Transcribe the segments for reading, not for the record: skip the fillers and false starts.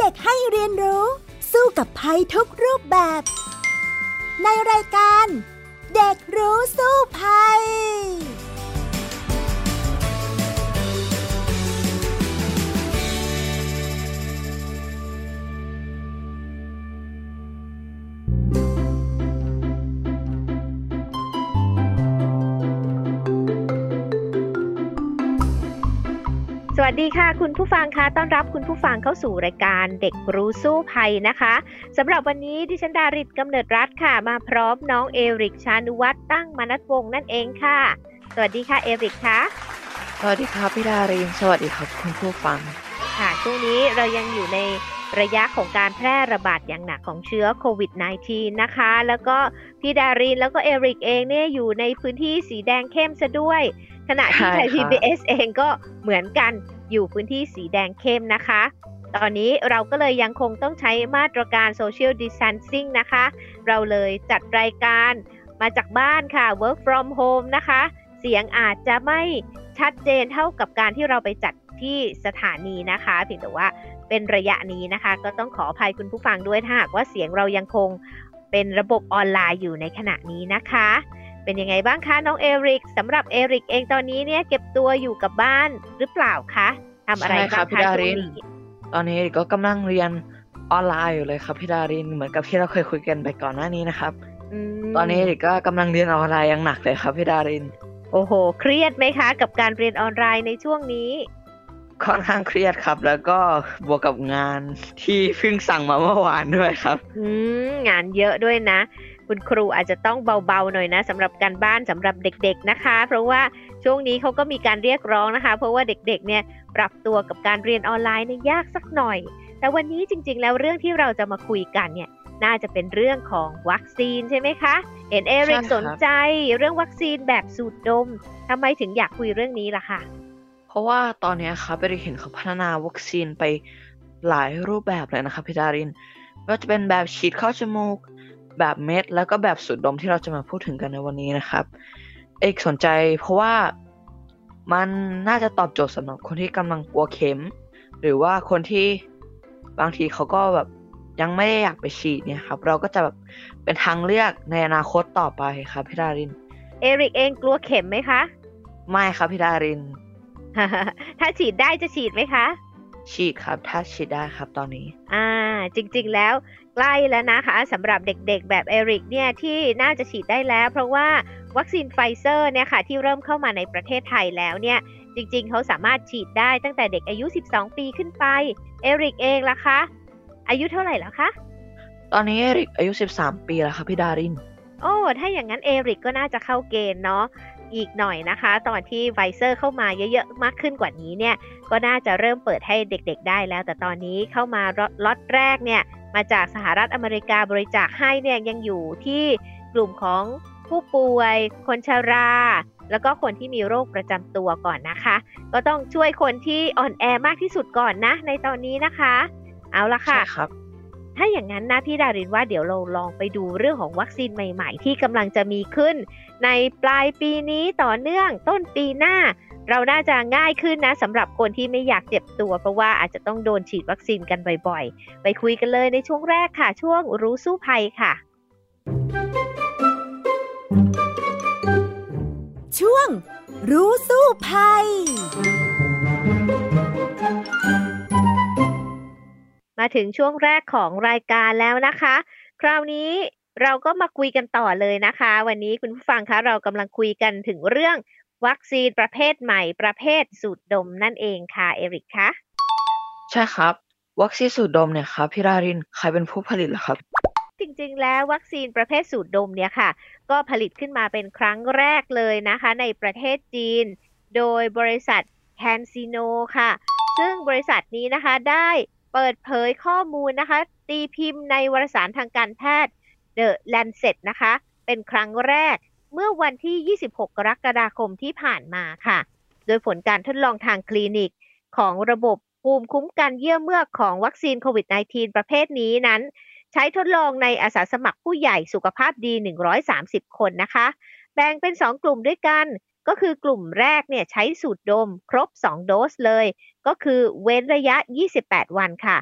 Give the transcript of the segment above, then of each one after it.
ด็กๆให้เรียนรู้สู้กับภัยทุกรูปแบบในรายการเด็กรู้สู้ภัยสวัสดีค่ะคุณผู้ฟังคะต้อนรับคุณผู้ฟังเข้าสู่รายการเด็กรู้สู้ภัยนะคะสำหรับวันนี้ดิฉันดาริศกำเนิดรัตน์ค่ะมาพร้อมน้องเอริกชานุวัฒน์ตั้งมนัสวงศ์นั่นเองค่ะสวัสดีค่ะเอริกค่ะสวัสดีครับพี่ดารินสวัสดีครับคุณผู้ฟังค่ะช่วงนี้เรายังอยู่ในระยะของการแพร่ระบาดอย่างหนักของเชื้อโควิด -19 นะคะแล้วก็พี่ดารินแล้วก็เอริกเองเนี่ยอยู่ในพื้นที่สีแดงเข้มซะด้วยขณะที่ไทย PBS เองก็เหมือนกันอยู่พื้นที่สีแดงเข้มนะคะตอนนี้เราก็เลยยังคงต้องใช้มาตรการ Social Distancing นะคะเราเลยจัดรายการมาจากบ้านค่ะ Work from Home นะคะเสียงอาจจะไม่ชัดเจนเท่ากับการที่เราไปจัดที่สถานีนะคะเพียงแต่ว่าเป็นระยะนี้นะคะก็ต้องขออภัยคุณผู้ฟังด้วยถ้าหากว่าเสียงเรายังคงเป็นระบบออนไลน์อยู่ในขณะนี้นะคะเป็นยังไงบ้างคะน้องเอริกสำหรับเอริกเองตอนนี้เนี่ยเก็บตัวอยู่กับบ้านหรือเปล่าคะทำอะไรบ้างคะช่วงนี้ตอนนี้ก็กำลังเรียนออนไลน์อยู่เลยครับพี่ดารินเหมือนกับที่เราเคยคุยกันไปก่อนหน้านี้นะครับตอนนี้ก็กำลังเรียนออนไลน์อย่างหนักเลยครับพี่ดารินโอ้โหเครียดไหมคะกับการเรียนออนไลน์ในช่วงนี้ค่อนข้างเครียดครับแล้วก็บวกกับงานที่เพิ่งสั่งมาเมื่อวานด้วยครับงานเยอะด้วยนะคุณครูอาจจะต้องเบาๆหน่อยนะสำหรับการบ้านสำหรับเด็กๆนะคะเพราะว่าช่วงนี้เขาก็มีการเรียกร้องนะคะเพราะว่าเด็กๆเนี่ยปรับตัวกับการเรียนออนไลน์เนี่ยยากสักหน่อยแต่วันนี้จริงๆแล้วเรื่องที่เราจะมาคุยกันเนี่ยน่าจะเป็นเรื่องของวัคซีนใช่ไหมคะเห็นเอริกสนใจเรื่องวัคซีนแบบสูดดมทำไมถึงอยากคุยเรื่องนี้ล่ะคะเพราะว่าตอนนี้ครับไปเห็นเขาพัฒนาวัคซีนไปหลายรูปแบบเลยนะครับพี่ดารินก็จะเป็นแบบฉีดเข้าจมูกแบบเม็ดแล้วก็แบบสูดดมที่เราจะมาพูดถึงกันในวันนี้นะครับเอกสนใจเพราะว่ามันน่าจะตอบโจทย์สำหรับคนที่กำลังกลัวเข็มหรือว่าคนที่บางทีเขาก็แบบยังไม่ได้อยากไปฉีดเนี่ยครับเราก็จะแบบเป็นทางเลือกในอนาคตต่อไปครับพี่ดารินเอริกเองกลัวเข็มไหมคะไม่ครับพี่ดารินถ้าฉีดได้จะฉีดไหมคะฉีดครับถ้าฉีดได้ครับตอนนี้จริงๆแล้วใกล้แล้วนะคะสำหรับเด็กๆแบบเอริกเนี่ยที่น่าจะฉีดได้แล้วเพราะว่าวัคซีนไฟเซอร์เนี่ยค่ะที่เริ่มเข้ามาในประเทศไทยแล้วเนี่ยจริงๆเขาสามารถฉีดได้ตั้งแต่เด็กอายุ12ปีขึ้นไปเอริกเองล่ะคะอายุเท่าไหร่แล้วคะตอนนี้เอริกอายุ13ปีแล้วครับพี่ดารินโอ้ถ้าอย่างนั้นเอริกก็น่าจะเข้าเกณฑ์เนาะอีกหน่อยนะคะตอนที่ไฟเซอร์เข้ามาเยอะๆมากขึ้นกว่านี้เนี่ยก็น่าจะเริ่มเปิดให้เด็กๆได้แล้วแต่ตอนนี้เข้ามาล็อตแรกเนี่ยมาจากสหรัฐอเมริกาบริจาคให้เนี่ยยังอยู่ที่กลุ่มของผู้ป่วยคนชราแล้วก็คนที่มีโรคประจำตัวก่อนนะคะก็ต้องช่วยคนที่อ่อนแอมากที่สุดก่อนนะในตอนนี้นะคะเอาละค่ะถ้าอย่างนั้นนะพี่ดารินว่าเดี๋ยวเราลองไปดูเรื่องของวัคซีนใหม่ๆที่กำลังจะมีขึ้นในปลายปีนี้ต่อเนื่องต้นปีหน้าเราน่าจะง่ายขึ้นนะสำหรับคนที่ไม่อยากเจ็บตัวเพราะว่าอาจจะต้องโดนฉีดวัคซีนกันบ่อยๆไปคุยกันเลยในช่วงแรกค่ะช่วงรู้สู้ภัยค่ะช่วงรู้สู้ภัยมาถึงช่วงแรกของรายการแล้วนะคะคราวนี้เราก็มาคุยกันต่อเลยนะคะวันนี้คุณผู้ฟังคะเรากำลังคุยกันถึงเรื่องวัคซีนประเภทใหม่ประเภทสูดดมนั่นเองค่ะเอริกคะใช่ครับวัคซีนสูดดมเนี่ยครับพี่ดารินใครเป็นผู้ผลิตล่ะครับจริงๆแล้ววัคซีนประเภทสูดดมเนี่ยค่ะก็ผลิตขึ้นมาเป็นครั้งแรกเลยนะคะในประเทศจีนโดยบริษัทแคนซิโนค่ะซึ่งบริษัทนี้นะคะได้เปิดเผยข้อมูลนะคะตีพิมพ์ในวารสารทางการแพทย์ The Lancet นะคะเป็นครั้งแรกเมื่อวันที่26กรกฎาคมที่ผ่านมาค่ะโดยผลการทดลองทางคลินิกของระบบภูมิคุ้มกันเยื่อเมือกของวัคซีนโควิด -19 ประเภทนี้นั้นใช้ทดลองในอาสาสมัครผู้ใหญ่สุขภาพดี130คนนะคะแบ่งเป็น2กลุ่มด้วยกันก็คือกลุ่มแรกเนี่ยใช้สูดดมครบ2โดสเลยก็คือเว้นระยะ28วันค่ะ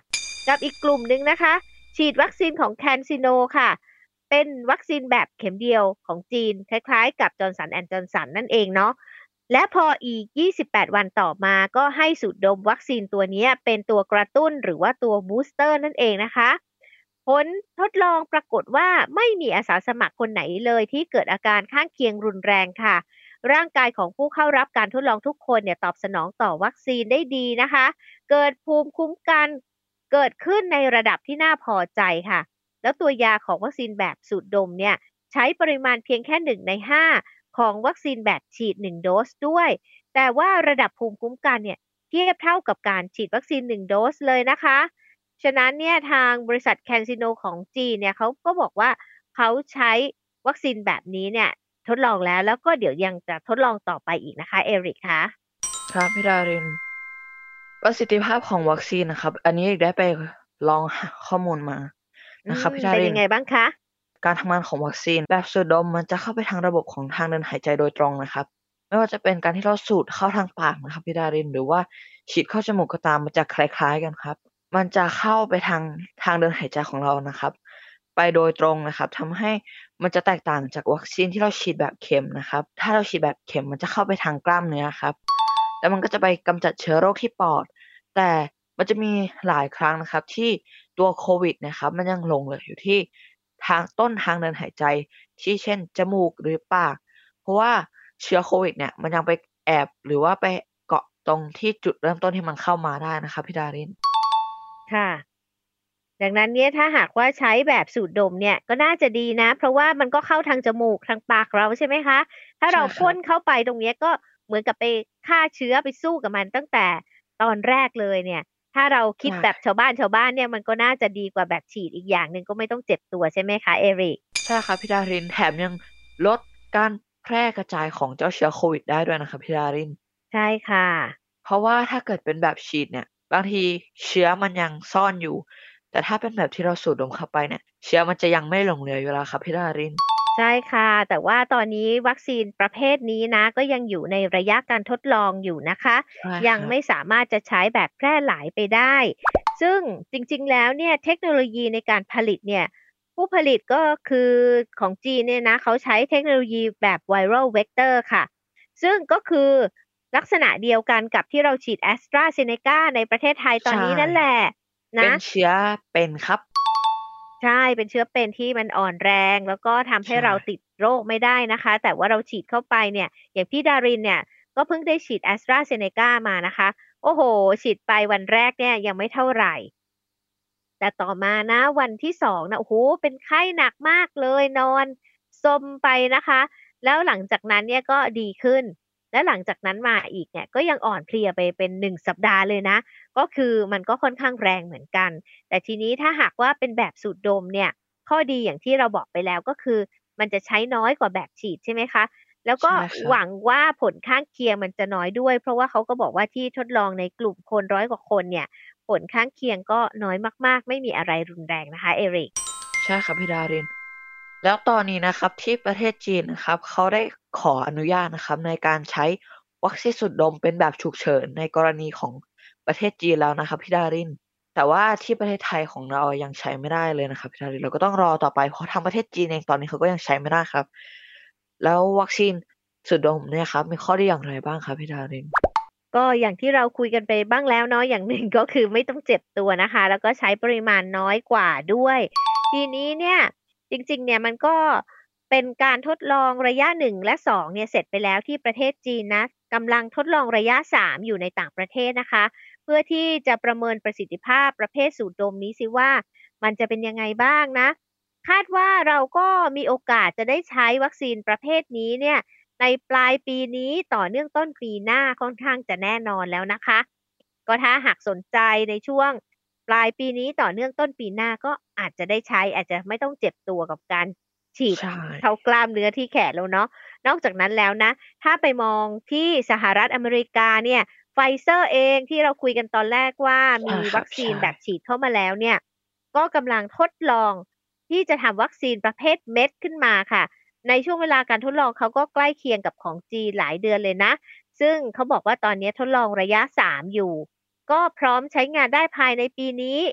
กับอีกกลุ่มหนึ่งนะคะฉีดวัคซีนของ CanSino ค่ะเป็นวัคซีนแบบเข็มเดียวของจีนคล้ายๆกับ Johnson Johnson นั่นเองเนาะและพออีก28วันต่อมาก็ให้สูดดมวัคซีนตัวนี้เป็นตัวกระตุ้นหรือว่าตัวบูสเตอร์นั่นเองนะคะผลทดลองปรากฏว่าไม่มีอาสาสมัครคนไหนเลยที่เกิดอาการข้างเคียงรุนแรงค่ะร่างกายของผู้เข้ารับการทดลองทุกคนเนี่ยตอบสนองต่อวัคซีนได้ดีนะคะเกิดภูมิคุ้มกันเกิดขึ้นในระดับที่น่าพอใจค่ะแล้วตัวยาของวัคซีนแบบสูดดมเนี่ยใช้ปริมาณเพียงแค่1 ใน 5ของวัคซีนแบบฉีด1โดสด้วยแต่ว่าระดับภูมิคุ้มกันเนี่ยเทียบเท่ากับการฉีดวัคซีน1โดสเลยนะคะฉะนั้นเนี่ยทางบริษัท CanSino ของจีนเนี่ยเขาก็บอกว่าเขาใช้วัคซีนแบบนี้เนี่ยทดลองแล้วก็เดี๋ยวยังจะทดลองต่อไปอีกนะคะเอริกคะครับพี่ดารินประสิทธิภาพของวัคซีนนะครับอันนี้ได้ไปลองหาข้อมูลมานะครับพี่ดารินเป็นยังไงบ้างคะการทำงานของวัคซีนแบบสูดดมมันจะเข้าไปทางระบบของทางเดินหายใจโดยตรงนะครับไม่ว่าจะเป็นการที่เราสูดเข้าทางปากนะครับพี่ดารินหรือว่าฉีดเข้าจมูกก็ตามมันจะคล้ายๆกันครับมันจะเข้าไปทางเดินหายใจของเรานะครับไปโดยตรงนะครับทำให้มันจะแตกต่างจากวัคซีนที่เราฉีดแบบเข็มนะครับถ้าเราฉีดแบบเข็มมันจะเข้าไปทางกล้ามเนื้อครับแล้วมันก็จะไปกำจัดเชื้อโรคที่ปอดแต่มันจะมีหลายครั้งนะครับที่ตัวโควิดนะครับมันยังหลงเหลืออยู่ที่ทางเดินหายใจที่เช่นจมูกหรือปากเพราะว่าเชื้อโควิดเนี่ยมันยังไปแอบหรือว่าไปเกาะตรงที่จุดเริ่มต้นที่มันเข้ามาได้นะครับพี่ดารินค่ะดังนั้นเนี่ยถ้าหากว่าใช้แบบสูดดมเนี่ยก็น่าจะดีนะเพราะว่ามันก็เข้าทางจมูกทางปากเราใช่ไหมคะถ้าเราใช่ครับพ่นเข้าไปตรงเนี้ยก็เหมือนกับไปฆ่าเชื้อไปสู้กับมันตั้งแต่ตอนแรกเลยเนี่ยถ้าเราคิดใช่แบบชาวบ้านเนี่ยมันก็น่าจะดีกว่าแบบฉีดอีกอย่างหนึ่งก็ไม่ต้องเจ็บตัวใช่ไหมคะเอริกใช่ครับพี่ดารินแถมยังลดการแพร่กระจายของเจ้าเชื้อโควิดได้ด้วยนะครับพี่ดารินใช่ค่ะเพราะว่าถ้าเกิดเป็นแบบฉีดเนี่ยบางทีเชื้อมันยังซ่อนอยู่แต่ถ้าเป็นแบบที่เราสูดดมเข้าไปเนี่ยเชื้อมันจะยังไม่หลงเหลืออยู่แล้วครับพี่ดารินใช่ค่ะแต่ว่าตอนนี้วัคซีนประเภทนี้นะก็ยังอยู่ในระยะการทดลองอยู่นะคะใช่ยังครับไม่สามารถจะใช้แบบแพร่หลายไปได้ซึ่งจริงๆแล้วเนี่ยเทคโนโลยีในการผลิตเนี่ยผู้ผลิตก็คือของจีนเนี่ยนะเขาใช้เทคโนโลยีแบบ Viral Vector ค่ะซึ่งก็คือลักษณะเดียวกันกับที่เราฉีด AstraZeneca ในประเทศไทยตอนใช่นี้นั่นแหละนะเป็นเชื้อเป็นครับใช่เป็นเชื้อเป็นที่มันอ่อนแรงแล้วก็ทำให้ใช่เราติดโรคไม่ได้นะคะแต่ว่าเราฉีดเข้าไปเนี่ยอย่างพี่ดารินเนี่ยก็เพิ่งได้ฉีด AstraZeneca มานะคะโอ้โฮฉีดไปวันแรกเนี่ยยังไม่เท่าไรแต่ต่อมานะวันที่2นะโอ้โฮเป็นไข้หนักมากเลยนอนซมไปนะคะแล้วหลังจากนั้นเนี่ยก็ดีขึ้นแล้วหลังจากนั้นมาอีกเนี่ยก็ยังอ่อนเพลียไปเป็น1สัปดาห์เลยนะก็คือมันก็ค่อนข้างแรงเหมือนกัน แต่ทีนี้ถ้าหากว่าเป็นแบบสูดดมเนี่ยข้อดีอย่างที่เราบอกไปแล้วก็คือมันจะใช้น้อยกว่าแบบฉีดใช่ไหมคะแล้วก็ใช่ครับหวังว่าผลข้างเคียงมันจะน้อยด้วยเพราะว่าเขาก็บอกว่าที่ทดลองในกลุ่มคน100กว่าคนเนี่ยผลข้างเคียงก็น้อยมากๆไม่มีอะไรรุนแรงนะคะเอริกใช่ครับพี่ดารินแล้วตอนนี้นะครับที่ประเทศจีนนะครับเขาได้ขออนุญาตนะครับในการใช้วัคซีนสูดดมเป็นแบบฉุกเฉินในกรณีของประเทศจีนแล้วนะครับพี่ดาริน แต่ว่าที่ประเทศไทยของเรายังใช้ไม่ได้เลยนะครับพี่ดารินเราก็ต้องรอต่อไปเพราะทางประเทศจีนเองตอนนี้เขาก็ยังใช้ไม่ได้ครับแล้ววัคซีนสูดดมเนี่ยครับมีข้อดีอย่างไรบ้างครับพี่ดารินก็อย่างที่เราคุยกันไปบ้างแล้วเนาะอย่างหนึ่งก็คือไม่ต้องเจ็บตัวนะคะแล้วก็ใช้ปริมาณน้อยกว่าด้วยทีนี้เนี่ยจริงๆเนี่ยมันก็เป็นการทดลองระยะ1และ2เนี่ยเสร็จไปแล้วที่ประเทศจีนนะกำลังทดลองระยะ3อยู่ในต่างประเทศนะคะเพื่อที่จะประเมินประสิทธิภาพประเภทสูดดมนี้สิว่ามันจะเป็นยังไงบ้างนะคาดว่าเราก็มีโอกาสจะได้ใช้วัคซีนประเภทนี้เนี่ยในปลายปีนี้ต่อเนื่องต้นปีหน้าค่อนข้างจะแน่นอนแล้วนะคะก็ถ้าหากสนใจในช่วงปลายปีนี้ต่อเนื่องต้นปีหน้าก็อาจจะได้ใช้อาจจะไม่ต้องเจ็บตัวกับการฉีดใช่เข้ากล้ามเนื้อที่แขนแล้วเนาะนอกจากนั้นแล้วนะถ้าไปมองที่สหรัฐอเมริกาเนี่ย Pfizer เองที่เราคุยกันตอนแรกว่าใช่มีวัคซีนครับใช่แบบฉีดเข้ามาแล้วเนี่ยก็กำลังทดลองที่จะทำวัคซีนประเภทเม็ดขึ้นมาค่ะในช่วงเวลาการทดลองเขาก็ใกล้เคียงกับของจีนหลายเดือนเลยนะซึ่งเขาบอกว่าตอนนี้ทดลองระยะ3อยู่ก็พร้อมใช้งานได้ภายในปีนี้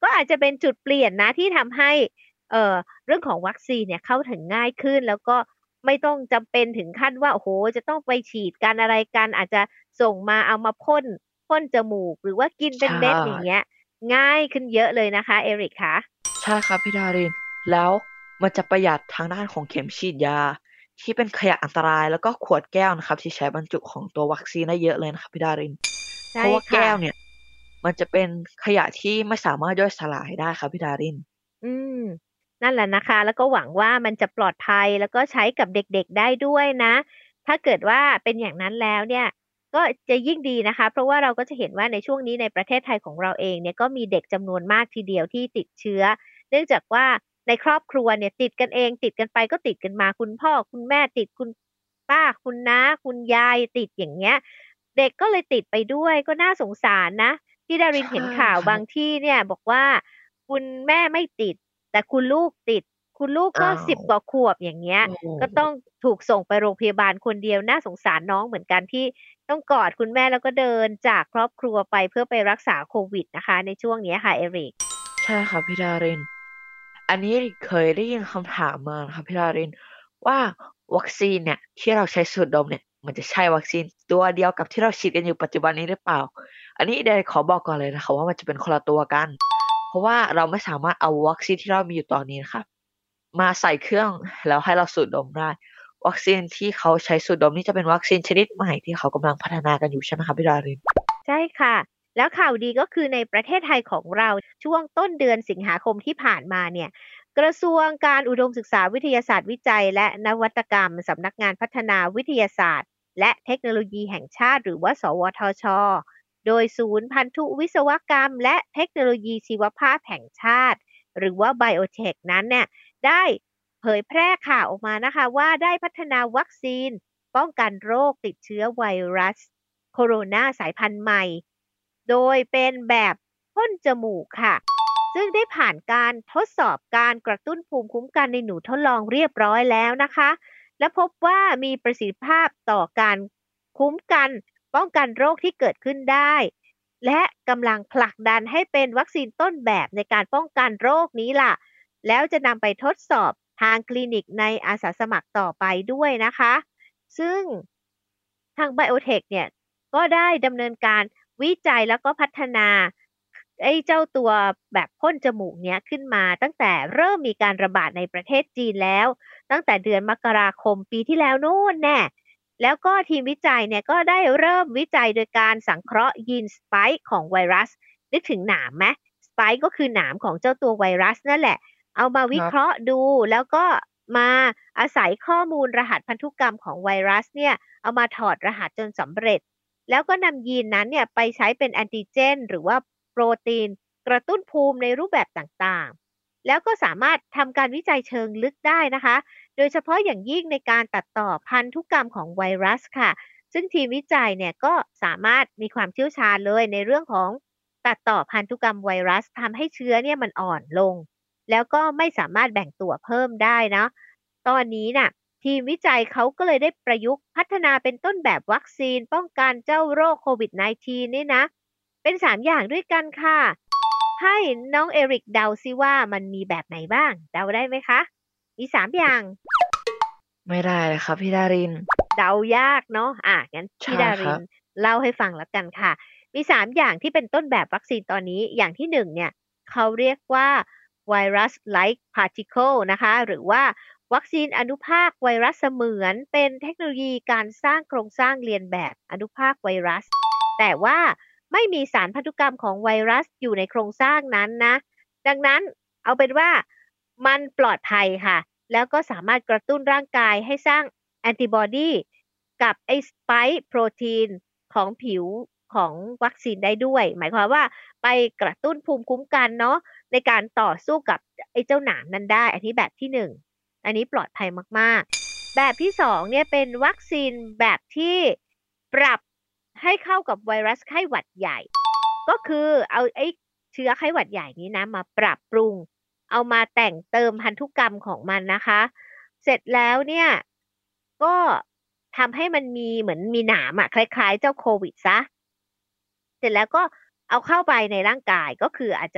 ก็อาจจะเป็นจุดเปลี่ยนนะที่ทำให้เรื่องของวัคซีนเนี่ยเข้าถึงง่ายขึ้นแล้วก็ไม่ต้องจำเป็นถึงขั้นว่าโอ้โฮจะต้องไปฉีดกันอะไรกันอาจจะส่งมาเอามาพ่นจมูกหรือว่ากินใชเป็นเม็ดอย่าง่เงี้ยง่ายขึ้นเยอะเลยนะคะ Eric คะใช่ครับพี่ดารินแล้วมันจะประหยัดทางด้านของเข็มฉีดยาที่เป็นขยะอันตรายแล้วก็ขวดแก้วนะครับที่ใช้บรรจุของตัววัคซีนได้เยอะเลยนะครับพี่ดารินเพใช่ราะว่าค่ะแก้วเนี่ยมันจะเป็นขยะที่ไม่สามารถย่อยสลายได้ครับพี่ดารินอืมนั่นแหละนะคะแล้วก็หวังว่ามันจะปลอดภัยแล้วก็ใช้กับเด็กๆได้ด้วยนะถ้าเกิดว่าเป็นอย่างนั้นแล้วเนี่ยก็จะยิ่งดีนะคะเพราะว่าเราก็จะเห็นว่าในช่วงนี้ในประเทศไทยของเราเองเนี่ยก็มีเด็กจำนวนมากทีเดียวที่ติดเชื้อเนื่องจากว่าในครอบครัวเนี่ยติดกันเองติดกันไปก็ติดกันมาคุณพ่อคุณแม่ติดคุณป้าคุณน้าคุณยายติดอย่างเงี้ยเด็กก็เลยติดไปด้วยก็น่าสงสารนะที่ดารินใช่เห็นข่าวครับบางที่เนี่ยบอกว่าคุณแม่ไม่ติด แต่คุณลูกติด คุณลูกอ้าก็10 วกว่าขวบอย่างเงี้ยโอ้โฮก็ต้องถูกส่งไปโรงพยาบาลคนเดียวน่าสงสารน้องเหมือนกันที่ต้องกอดคุณแม่แล้วก็เดินจากครอบครัวไปเพื่อไปรักษาโควิดนะคะในช่วงเนี้ยค่ะ Eric ใช่ครับพี่ดาริน อันนี้เคยได้ยินคำถามมานะครับพี่ดารินว่าวัคซีนเนี่ยที่เราใช้สูดดมเนี่ยมันจะใช่วัคซีนตัวเดียวกับที่เราฉีดกันอยู่ปัจจุบันนี้หรือเปล่าอันนี้เดยขอบอกก่อนเลยนะคะว่ามันจะเป็นคนละตัวกันเพราะว่าเราไม่สามารถเอาวัคซีนที่เรามีอยู่ตอนนี้นะครับมาใส่เครื่องแล้วให้เราสูดดมได้วัคซีนที่เขาใช้สูดดมนี่จะเป็นวัคซีนชนิดใหม่ที่เขากำลังพัฒนากันอยู่ใช่ไหมครับพี่ดารินใช่ค่ะแล้วข่าวดีก็คือในประเทศไทยของเราช่วงต้นเดือนสิงหาคมที่ผ่านมาเนี่ยกระทรวงการอุดมศึกษาวิทยาศาสตร์วิจัยและนวัตกรรมสำนักงานพัฒนาวิทยาศาสตร์และเทคโนโลยีแห่งชาติหรือว่าสวทชโดยศูนย์พันธุวิศวกรรมและเทคโนโลยีชีวภาพแห่งชาติหรือว่าไบโอเทคนั้นเนี่ยได้เผยแพร่ข่าวออกมานะคะว่าได้พัฒนาวัคซีนป้องกันโรคติดเชื้อไวรัส โคโรนาสายพันธุ์ใหม่ โดยเป็นแบบพ่นจมูกค่ะ ซึ่งได้ผ่านการทดสอบการกระตุ้นภูมิคุ้มกันในหนูทดลองเรียบร้อยแล้วนะคะ และพบว่ามีประสิทธิภาพต่อการคุ้มกันป้องกันโรคที่เกิดขึ้นได้ และกำลังผลักดันให้เป็นวัคซีนต้นแบบในการป้องกันโรคนี้ล่ะ แล้วจะนำไปทดสอบทางคลินิกในอาสาสมัครต่อไปด้วยนะคะ ซึ่งทางไบโอเทคเนี่ย ก็ได้ดำเนินการวิจัยแล้วก็พัฒนาไอ้เจ้าตัวแบบพ่นจมูกเนี้ยขึ้นมาตั้งแต่เริ่มมีการระบาดในประเทศจีนแล้วตั้งแต่เดือนมกราคมปีที่แล้วนู่นแน่แล้วก็ทีมวิจัยเนี่ยก็ได้เริ่มวิจัยโดยการสังเคราะห์ยีนสไปค์ของไวรัสนึกถึงหนามไหมสไปค์ก็คือหนามของเจ้าตัวไวรัสนั่นแหละเอามาวิเคราะครับห์ดูแล้วก็มาอาศัยข้อมูลรหัสพันธุกรรมของไวรัสเนี่ยเอามาถอดรหัสจนสำเร็จ แล้วก็นำยีนนั้นเนี่ยไปใช้เป็นแอนติเจนหรือว่าโปรตีนกระตุ้นภูมิในรูปแบบต่างๆ แล้วก็สามารถทำการวิจัยเชิงลึกได้นะคะ โดยเฉพาะอย่างยิ่งในการตัดต่อพันธุกรรมของไวรัสค่ะ ซึ่งทีมวิจัยเนี่ยก็สามารถมีความเชี่ยวชาญเลยในเรื่องของตัดต่อพันธุกรรมไวรัสทำให้เชื้อเนี่ยมันอ่อนลง แล้วก็ไม่สามารถแบ่งตัวเพิ่มได้เนาะตอนนี้น่ะ ทีมวิจัยเขาก็เลยได้ประยุกต์พัฒนาเป็นต้นแบบวัคซีนป้องกันเจ้าโรคโควิด -19 นี่นะ เป็น3อย่างด้วยกันค่ะ ให้น้องเอริกเดาซิว่ามันมีแบบไหนบ้าง เดาได้ไหมคะ มี3อย่างไม่ได้เลยครับพี่ดารินเดายากเนาะงั้นพี่ใช่ดารินครับเล่าให้ฟังแล้วกันค่ะมี3อย่างที่เป็นต้นแบบวัคซีนตอนนี้อย่างที่1เนี่ยเขาเรียกว่า Virus Like Particle นะคะหรือว่าวัคซีนอนุภาคไวรัสเสมือนเป็นเทคโนโลยีการสร้างโครงสร้างเรียนแบบอนุภาคไวรัสแต่ว่าไม่มีสารพันธุกรรมของไวรัสอยู่ในโครงสร้างนั้นนะดังนั้นเอาเป็นว่ามันปลอดภัยค่ะแล้วก็สามารถกระตุ้นร่างกายให้สร้างแอนติบอดีกับไอ้สไปค์โปรตีนของผิวของวัคซีนได้ด้วยหมายความว่าไปกระตุ้นภูมิคุ้มกันเนาะในการต่อสู้กับไอ้เจ้าหนามนั้นได้อันนี้แบบที่1อันนี้ปลอดภัยมากๆแบบที่2เนี่ยเป็นวัคซีนแบบที่ปรับให้เข้ากับไวรัสไข้หวัดใหญ่ก็คือเอาไอ้เชื้อไข้หวัดใหญ่นี้นะมาปรับปรุงเอามาแต่งเติมพันธุกรรมของมันนะคะ เสร็จแล้วเนี่ยก็ทำให้มันมีเหมือนมีหนามอะคล้ายๆเจ้าโควิดเสียเสร็จแล้วก็เอาเข้าไปในร่างกายก็คืออาจจะ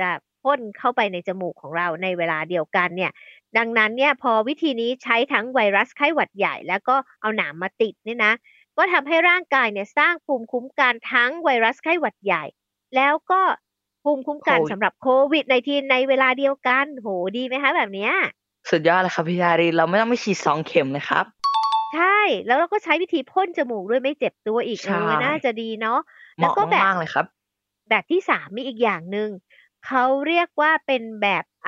พ่นเข้าไปในจมูกของเราในเวลาเดียวกันเนี่ยดังนั้นเนี่ยพอวิธีนี้ใช้ทั้งไวรัสไข้หวัดใหญ่แล้วก็เอาหนามมาติดเนี่ยนะก็ทำให้ร่างกายเนี่ยสร้างภูมิคุ้มกันทั้งไวรัสไข้หวัดใหญ่แล้วก็ภูมิคุ้มกันโอ้สำหรับโควิด-19ในเวลาเดียวกันโหดีไหมคะแบบเนี้ยสุดยอดเลยครับพี่ดารินเราไม่ต้องไปฉีด2 เข็มเลยครับใช่ แล้วเราก็ใช้วิธีพ่นจมูกด้วยไม่เจ็บตัวอีกใช่น่าจะดีเนาะเหแล้วมาะก็แบบมากๆเลยครับแบบที่ 3 มีอีกอย่างหนึ่ง เขาเรียกว่าเป็นแบบ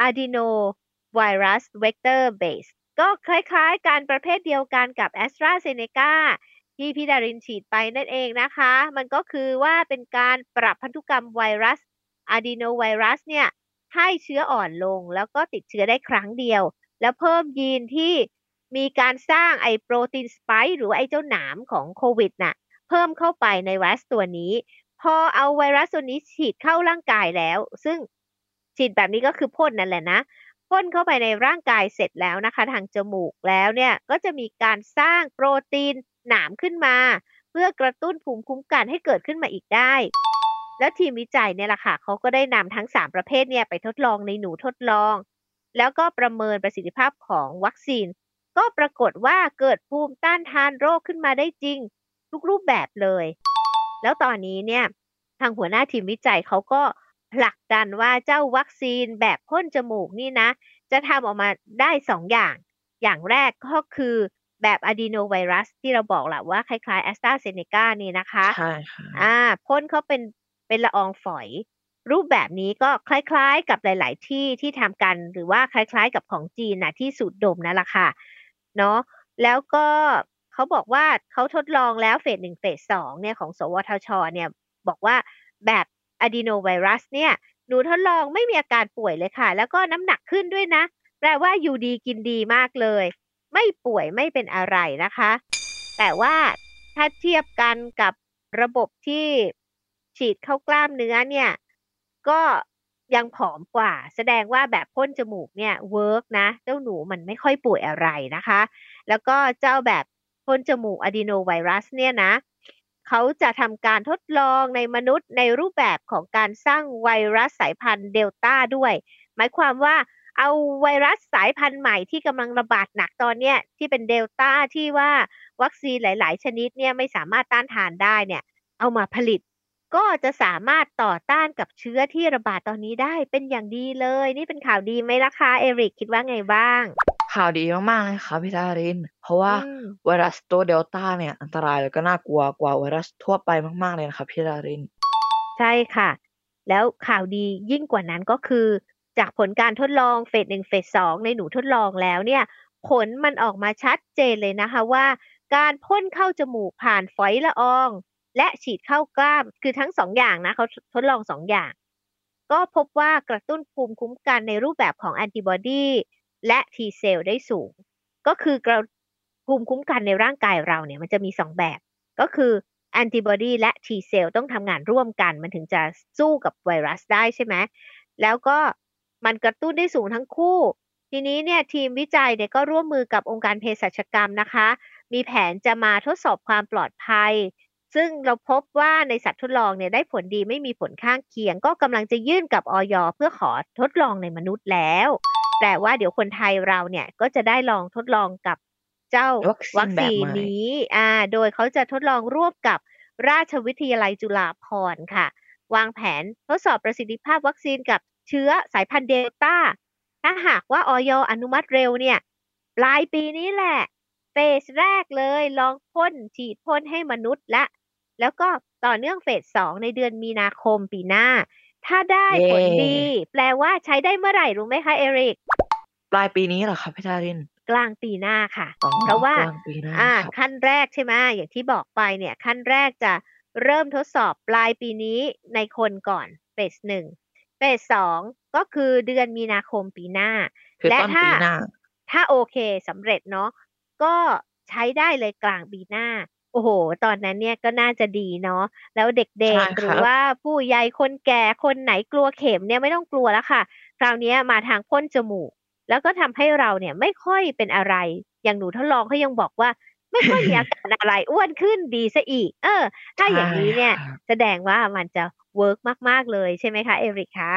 Adenovirus Vector Base ก็คล้ายๆกันประเภทเดียวกันกับ AstraZeneca ที่พี่ดารินฉีดไปนั่นเองนะคะ มันก็คือว่าเป็นการปรับพันธุกรรมไวรัส Adenovirus เนี่ยให้เชื้ออ่อนลงแล้วก็ติดเชื้อได้ครั้งเดียว แล้วเพิ่มยีนที่มีการสร้างไอ้โปรตีนสไปค์หรือว่าไอ้เจ้าหนามของโควิดน่ะเพิ่มเข้าไปในไวรัสตัวนี้ พอเอาไวรัสตัวนี้ฉีดเข้าร่างกายแล้ว ซึ่งฉีดแบบนี้ก็คือพ่นนั่นแหละนะพ่นเข้าไปในร่างกายเสร็จแล้วนะคะ ทางจมูกแล้วเนี่ยก็จะมีการสร้างโปรตีนหนามขึ้นมา เพื่อกระตุ้นภูมิคุ้มกันให้เกิดขึ้นมาอีกได้ แล้วทีมวิจัยเนี่ยแหละค่ะเขาก็ได้นำทั้ง 3 ประเภทเนี่ยไปทดลองในหนูทดลอง แล้วก็ประเมินประสิทธิภาพของวัคซีน ก็ปรากฏว่าเกิดภูมิต้านทานโรคขึ้นมาได้จริง ทุกรูปแบบเลย แล้วตอนนี้เนี่ยทางหัวหน้าทีมวิจัยเขาก็ผลักดันว่าเจ้าวัคซีนแบบพ่นจมูกนี่นะ จะทำออกมาได้2อย่าง อย่างแรกก็คือแบบ adenovirus ที่เราบอกแหละว่าคล้ายๆ AstraZeneca นี่นะคะใช่ค่ะพ่นเขาเป็นละอองฝอย รูปแบบนี้ก็คล้ายๆกับหลาย ๆ ที่ที่ทำกัน หรือว่าคล้ายๆกับของจีนน่ะที่สูดดมนั่นแหละค่ะเนาะแล้วก็เขาบอกว่าเขาทดลองแล้วเฟส1เฟส2เนี่ยของสวทชเนี่ยบอกว่าแบบ adenovirus เนี่ยหนูทดลองไม่มีอาการป่วยเลยค่ะ แล้วก็น้ำหนักขึ้นด้วยนะ แปลว่าอยู่ดีกินดีมากเลย ไม่ป่วยไม่เป็นอะไรนะคะ แต่ว่าถ้าเทียบกันกับระบบที่ฉีดเข้ากล้ามเนื้อเนี่ย ก็ยังผอมกว่า แสดงว่าแบบพ่นจมูกเนี่ยเวิร์กนะ เจ้าหนูมันไม่ค่อยป่วยอะไรนะคะ แล้วก็เจ้าแบบพ่นจมูก adenovirus เนี่ยนะ เขาจะทำการทดลองในมนุษย์ในรูปแบบของการสร้างไวรัสสายพันธุ์เดลต้าด้วย หมายความว่าเอาไวรัสสายพันธุ์ใหม่ที่กำลังระบาดหนักตอนเนี้ยที่เป็นเดลต้าที่ว่าวัคซีนหลาย ๆ ชนิดเนี่ยไม่สามารถต้านทานได้เนี่ย เอามาผลิต ก็จะสามารถต่อต้านกับเชื้อที่ระบาดตอนนี้ได้เป็นอย่างดีเลย นี่เป็นข่าวดีไหมล่ะคะเอริกคิดว่าไงบ้างข่าวดีมากๆเลยครับพี่ดาริน เพราะว่าอืมไวรัสตัวเดลต้าเนี่ยอันตรายแล้วก็น่ากลัวกว่าไวรัสทั่วไปมากๆเลยนะครับพี่ดารินใช่ค่ะ แล้วข่าวดียิ่งกว่านั้นก็คือ จากผลการทดลองเฟส1เฟส2ในหนูทดลองแล้วเนี่ย ผลมันออกมาชัดเจนเลยนะคะว่า การพ่นเข้าจมูกผ่านฝอยละออง และฉีดเข้ากล้ามคือทั้ง2อย่างนะเขาทดลอง2อย่าง ก็พบว่ากระตุ้นภูมิคุ้มกันในรูปแบบของแอนติบอดีและ T เซลล์ได้สูง ก็คือกระภูมิคุ้มกันในร่างกายเราเนี่ยมันจะมี2แบบ ก็คือแอนติบอดีและ T เซลล์ต้องทำงานร่วมกันมันถึงจะสู้กับไวรัสได้ใช่ไหม แล้วก็มันกระตุ้นได้สูงทั้งคู่ ทีนี้เนี่ยทีมวิจัยเนี่ยก็ร่วมมือกับองค์การเภสัชกรรมนะคะ มีแผนจะมาทดสอบความปลอดภัย ซึ่งเราพบว่าในสัตว์ทดลองเนี่ยได้ผลดีไม่มีผลข้างเคียง ก็กำลังจะยื่นกับอย.เพื่อขอทดลองในมนุษย์แล้ว แต่ว่าเดี๋ยวคนไทยเราเนี่ยก็จะได้ลองทดลองกับเจ้าวัคซีนแบบวัคซีนใหม่นี้ โดยเขาจะทดลองร่วมกับราชวิทยาลัยจุฬาภรณ์ค่ะ วางแผนทดสอบประสิทธิภาพวัคซีนกับเชื้อสายพันธุ์เดลต้า ถ้าหากว่าอย.อนุมัติเร็วเนี่ยปลายปีนี้แหละเฟสแรกเลยลองพ่นฉีดพ่นให้มนุษย์แล้วก็ต่อเนื่องเฟส2ในเดือนมีนาคมปีหน้า ถ้าได้เย้ผลดี แปลว่าใช้ได้เมื่อไหร่รู้ไหมคะเอริกปลายปีนี้เหรอครับพี่ดารินกลางปีหน้าค่ะอ๋อเพราะว่ากลางปีหน้า ครับขั้นแรกใช่ไหมอย่างที่บอกไปเนี่ยขั้นแรกจะเริ่มทดสอบปลายปีนี้ในคนก่อนเฟส1เฟส2ก็คือเดือนมีนาคมปีหน้าคือและต้นปีหน้าถ้าโอเคสำเร็จเนาะก็ใช้ได้เลยกลางปีหน้า โอ้โห ตอนนั้นเนี่ยก็น่าจะดีเนาะแล้วเด็ใช่กๆคหรืรัอบ ว่าผู้ใหญ่คนแก่คนไหนกลัวเข็มเนี่ยไม่ต้องกลัวแล้วค่ะ คราวเนี้ยมาทางพ่นจมูก แล้วก็ทำให้เราเนี่ยไม่ค่อยเป็นอะไร อย่างหนูทดลองเขายังบอกว่า ไม่ค่อยมีอาการอะไรอ้วนขึ้นดีซะอีก ถ้าอย่างนี้เนี่ยใช่ครับแสดงว่ามันจะเวิร์กมากๆเลยใช่ไหมคะเอริกคะใ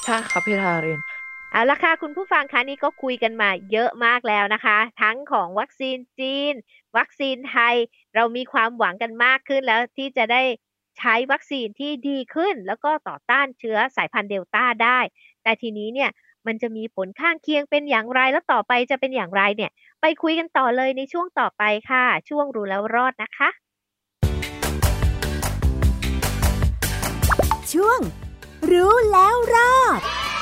ใช่ครับพี่ดารินเอาละค่ะคุณผู้ฟังคะนี่ก็คุยกันมาเยอะมากแล้วนะคะทั้งของวัคซีนจีนวัคซีนไทยเรามีความหวังกันมากขึ้นแล้วที่จะได้ใช้วัคซีนที่ดีขึ้นแล้วก็ต่อต้านเชื้อสายพันธุ์เดลต้าได้แต่ทีนี้เนี่ยมันจะมีผลข้างเคียงเป็นอย่างไรแล้วต่อไปจะเป็นอย่างไรเนี่ยไปคุยกันต่อเลยในช่วงต่อไปค่ะช่วงรู้แล้วรอดนะคะช่วงรู้แล้วรอด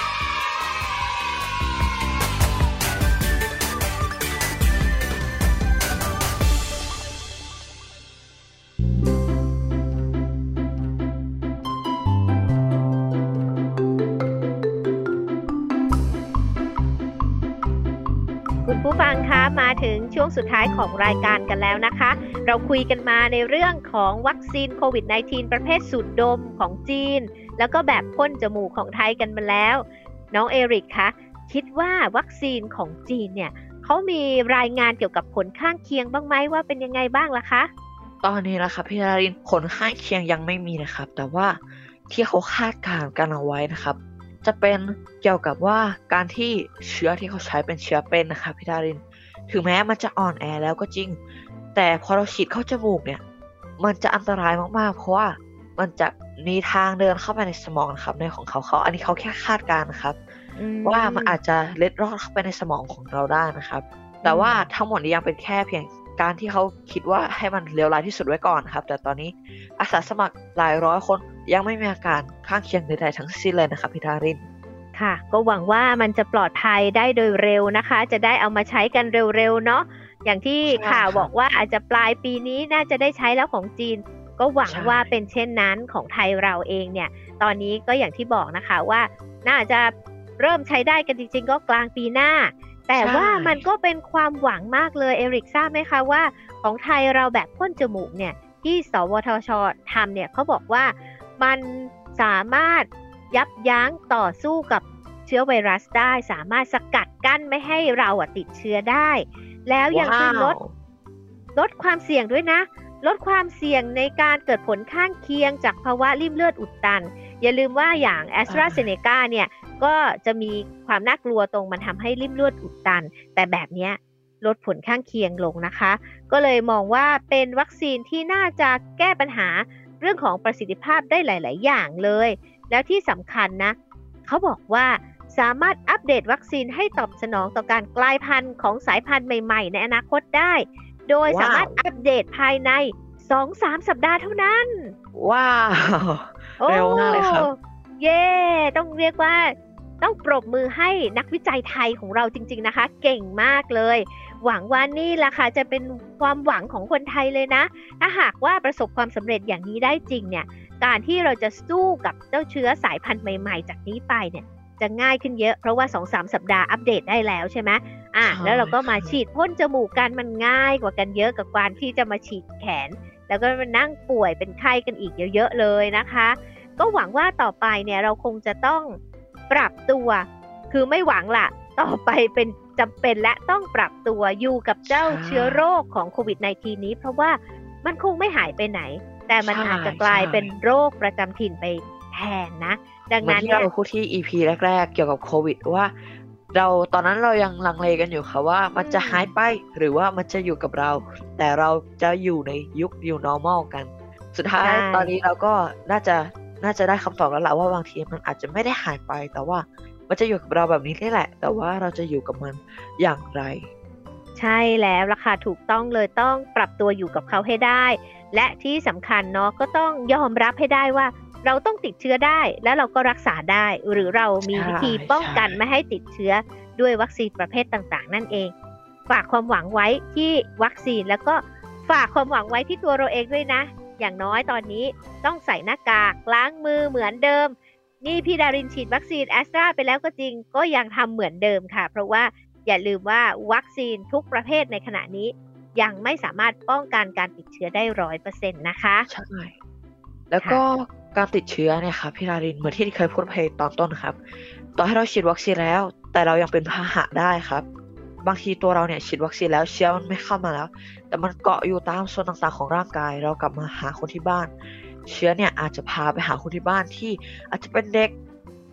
คุณผู้ฟังคะมาถึงช่วงสุดท้ายของรายการกันแล้วนะคะเราคุยกันมาในเรื่องของวัคซีนโควิด -19 ประเภทสูดดมของจีนแล้วก็แบบพ่นจมูกของไทยกันมาแล้วน้องเอริกคะคิดว่าวัคซีนของจีนเนี่ยเขามีรายงานเกี่ยวกับผลข้างเคียงบ้างไหมว่าเป็นยังไงบ้างล่ะคะตอนนี้นะครับพี่ดารินผลข้างเคียงยังไม่มีนะครับแต่ว่าที่เขาคาดการณ์กันเอาไว้นะครับจะเป็นเกี่ยวกับว่าการที่เชื้อที่เขาใช้เป็นเชื้อเป็นนะครับพี่ดารินถึงแม้มันจะอ่อนแอแล้วก็จริงแต่พอเราฉีดเข้าจมูกเนี่ยมันจะอันตรายมากๆเพราะว่ามันจะมีทางเดินเข้าไปในสมองนะครับในของเขาอันนี้เขาแค่คาดการณ์นะครับว่ามันอาจจะเล็ดรอดเข้าไปในสมองของเราได้นะครับแต่ว่าทั้งหมดนี้ยังเป็นแค่เพียงการที่เขาคิดว่าให้มันเลวร้ายที่สุดไว้ก่อนครับแต่ตอนนี้อาสาสมัครหลายร้อยคนยังไม่มีอาการข้างเคียงใดๆทั้งสิ้นเลยนะครับพี่ดารินค่ะก็หวังว่ามันจะปลอดภัยได้โดยเร็วนะคะจะได้เอามาใช้กันเร็วๆเนาะอย่างที่ข่าวบอกว่าอาจจะปลายปีนี้น่าจะได้ใช้แล้วของจีนก็หวังว่าเป็นเช่นนั้นของไทยเราเองเนี่ยตอนนี้ก็อย่างที่บอกนะคะว่าน่าจะเริ่มใช้ได้กันจริงๆก็กลางปีหน้าแต่ว่ามันก็เป็นความหวังมากเลยเอริกทราบไหมคะว่าของไทยเราแบบพ่นจมูกเนี่ยที่สวทช.ทำเนี่ยเขาบอกว่ามันสามารถยับยั้งต่อสู้กับเชื้อไวรัสได้สามารถสกัดกั้นไม่ให้เราติดเชื้อได้แล้วยังช่วยลดความเสี่ยงด้วยนะลดความเสี่ยงในการเกิดผลข้างเคียงจากภาวะริ่มเลือดอุดตันอย่าลืมว่าอย่าง AstraZeneca เนี่ยก็จะมีความน่ากลัวตรงมันทำให้ริ่มเลือดอุดตันแต่แบบนี้ลดผลข้างเคียงลงนะคะก็เลยมองว่าเป็นวัคซีนที่น่าจะแก้ปัญหาเรื่องของประสิทธิภาพได้หลายๆอย่างเลยแล้วที่สำคัญนะเขาบอกว่าสามารถอัปเดตวัคซีนให้ตอบสนองต่อการกลายพันธุ์ของสายพันธุ์ใหม่ๆในอนาคตได้โดยสามารถอัปเดตภายใน 2-3 สัปดาห์เท่านั้นว้าวเร็วมากเลยครับเย่ต้องเรียกว่าต้องปรบมือให้นักวิจัยไทยของเราจริงๆนะคะเก่งมากเลยหวังว่านี่ล่ะค่ะจะเป็นความหวังของคนไทยเลยนะถ้าหากว่าประสบความสำเร็จอย่างนี้ได้จริงเนี่ยการที่เราจะสู้กับเจ้าเชื้อสายพันธุ์ใหม่ๆจากนี้ไปเนี่ยจะง่ายขึ้นเยอะเพราะว่า 2-3 สัปดาห์อัปเดตได้แล้วใช่ไหมแล้วเราก็มาฉีดพ่นจมูกกันมันง่ายกว่ากันเยอะกับการที่จะมาฉีดแขนแล้วก็มานั่งป่วยเป็นไข้กันอีกเยอะๆเลยนะคะก็หวังว่าต่อไปเนี่ยเราคงจะต้องปรับตัวคือไม่หวังล่ะต่อไปเป็นจำเป็นและต้องปรับตัวอยู่กับเจ้าเชื้อโรคของโควิด -19 นี้เพราะว่ามันคงไม่หายไปไหนแต่มันอาจจะกลายเป็นโรคประจำถิ่นไปแทนนะดังนั้นที่เราพูดที่ EP แรกๆเกี่ยวกับโควิดว่าเราตอนนั้นเรายังลังเลกันอยู่ค่ะว่ามันจะหายไปหรือว่ามันจะอยู่กับเราแต่เราจะอยู่ในยุค New Normal กันสุดท้ายตอนนี้เราก็น่าจะได้คำตอบแล้วล่ะว่าบางทีมันอาจจะไม่ได้หายไปแต่ว่ามันจะอยู่กับเราแบบนี้นี่แหละแต่ว่าเราจะอยู่กับมันอย่างไรใช่แล้วล่ะค่ะถูกต้องเลยต้องปรับตัวอยู่กับเขาให้ได้และที่สำคัญเนาะก็ต้องยอมรับให้ได้ว่าเราต้องติดเชื้อได้และเราก็รักษาได้หรือเรามีวิธีป้องกันไม่ให้ติดเชื้อด้วยวัคซีนประเภทต่างๆนั่นเองฝากความหวังไว้ที่วัคซีนแล้วก็ฝากความหวังไว้ที่ตัวเราเองด้วยนะอย่างน้อยตอนนี้ต้องใส่หน้ากากล้างมือเหมือนเดิมนี่พี่ดารินฉีดวัคซีนแอสตราไปแล้วก็จริงก็ยังทำเหมือนเดิมค่ะเพราะว่าอย่าลืมว่าวัคซีนทุกประเภทในขณะนี้ยังไม่สามารถป้องกันการติดเชื้อได้ 100% นะคะใช่แล้วก็การติดเชื้อเนี่ยครับพี่ดารินเหมือนที่เคยพูดไปตอนต้นครับต่อให้เราฉีดวัคซีนแล้วแต่เรายังเป็นพาหะได้ครับบางทีตัวเราเนี่ยฉีดวัคซีนแล้วเชื้อมันไม่เข้ามาแล้วแต่มันเกาะอยู่ตามส่วนต่างๆของร่างกายเรากลับมาหาคนที่บ้านเชื้อเนี่ยอาจจะพาไปหาคนที่บ้านที่อาจจะเป็นเด็ก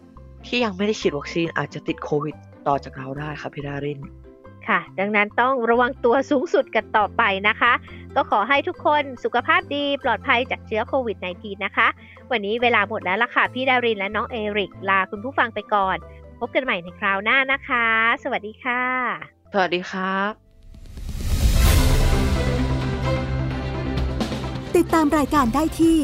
ที่ยังไม่ได้ฉีดวัคซีนอาจจะติดโควิดต่อจากเราได้ครับพี่ดารินค่ะดังนั้นต้องระวังตัวสูงสุดกันต่อไปนะคะก็ขอให้ทุกคนสุขภาพดีปลอดภัยจากเชื้อโควิด -19 นะคะวันนี้เวลาหมดแล้วล่ะค่ะพี่ดารินและน้องเอริกลาคุณผู้ฟังไปก่อนพบกันใหม่ในคราวหน้านะคะสวัสดีค่ะสวัสดีครับติดตามรายการได้ที่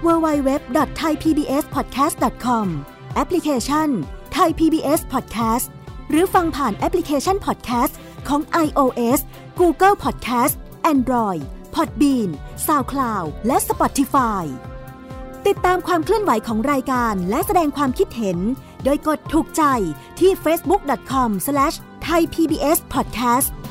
www.thaipbspodcast.com แอปพลิเคชัน Thai PBS Podcast หรือฟังผ่านแอปพลิเคชัน Podcast ของ iOS Google Podcast Android Podbean SoundCloud และ Spotify ติดตามความเคลื่อนไหวของรายการและแสดงความคิดเห็นโดยกดถูกใจที่ facebook.com/thaipbspodcast